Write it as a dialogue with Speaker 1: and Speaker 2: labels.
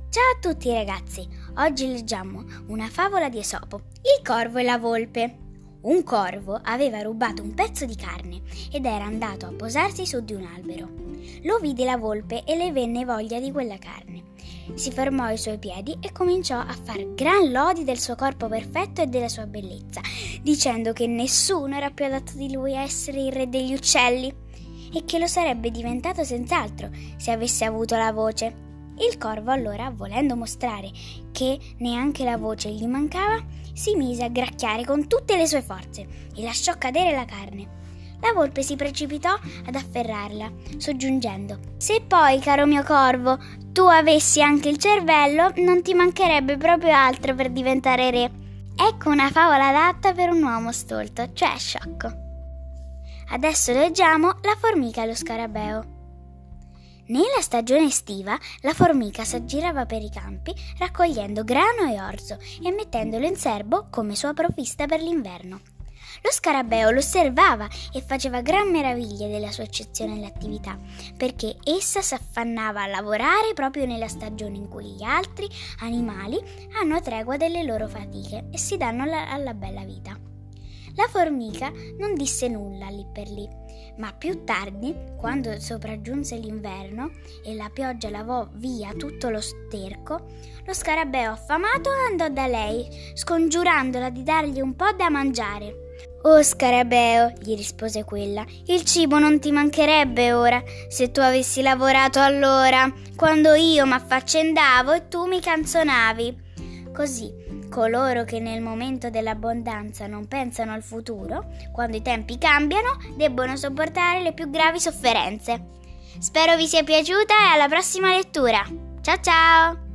Speaker 1: Ciao a tutti ragazzi, oggi leggiamo una favola di Esopo, il corvo e la volpe. Un corvo aveva rubato un pezzo di carne ed era andato a posarsi su di un albero. Lo vide la volpe e le venne voglia di quella carne. Si fermò ai suoi piedi e cominciò a far gran lodi del suo corpo perfetto e della sua bellezza, dicendo che nessuno era più adatto di lui a essere il re degli uccelli e che lo sarebbe diventato senz'altro se avesse avuto la voce. Il corvo allora, volendo mostrare che neanche la voce gli mancava, si mise a gracchiare con tutte le sue forze e lasciò cadere la carne. La volpe si precipitò ad afferrarla, soggiungendo: «Se poi, caro mio corvo, tu avessi anche il cervello, non ti mancherebbe proprio altro per diventare re». Ecco una favola adatta per un uomo stolto, cioè sciocco. Adesso leggiamo La formica e lo scarabeo. Nella stagione estiva la formica s'aggirava per i campi raccogliendo grano e orzo e mettendolo in serbo come sua provvista per l'inverno. Lo scarabeo lo osservava e faceva gran meraviglie della sua eccezionale attività, perché essa s'affannava a lavorare proprio nella stagione in cui gli altri animali hanno tregua delle loro fatiche e si danno alla bella vita. La formica non disse nulla lì per lì, ma più tardi, quando sopraggiunse l'inverno e la pioggia lavò via tutto lo sterco, lo scarabeo affamato andò da lei, scongiurandola di dargli un po' da mangiare. «Oh scarabeo», gli rispose quella, «il cibo non ti mancherebbe ora, se tu avessi lavorato allora, quando io m'affaccendavo e tu mi canzonavi». Così, coloro che nel momento dell'abbondanza non pensano al futuro, quando i tempi cambiano, debbono sopportare le più gravi sofferenze. Spero vi sia piaciuta e alla prossima lettura. Ciao ciao!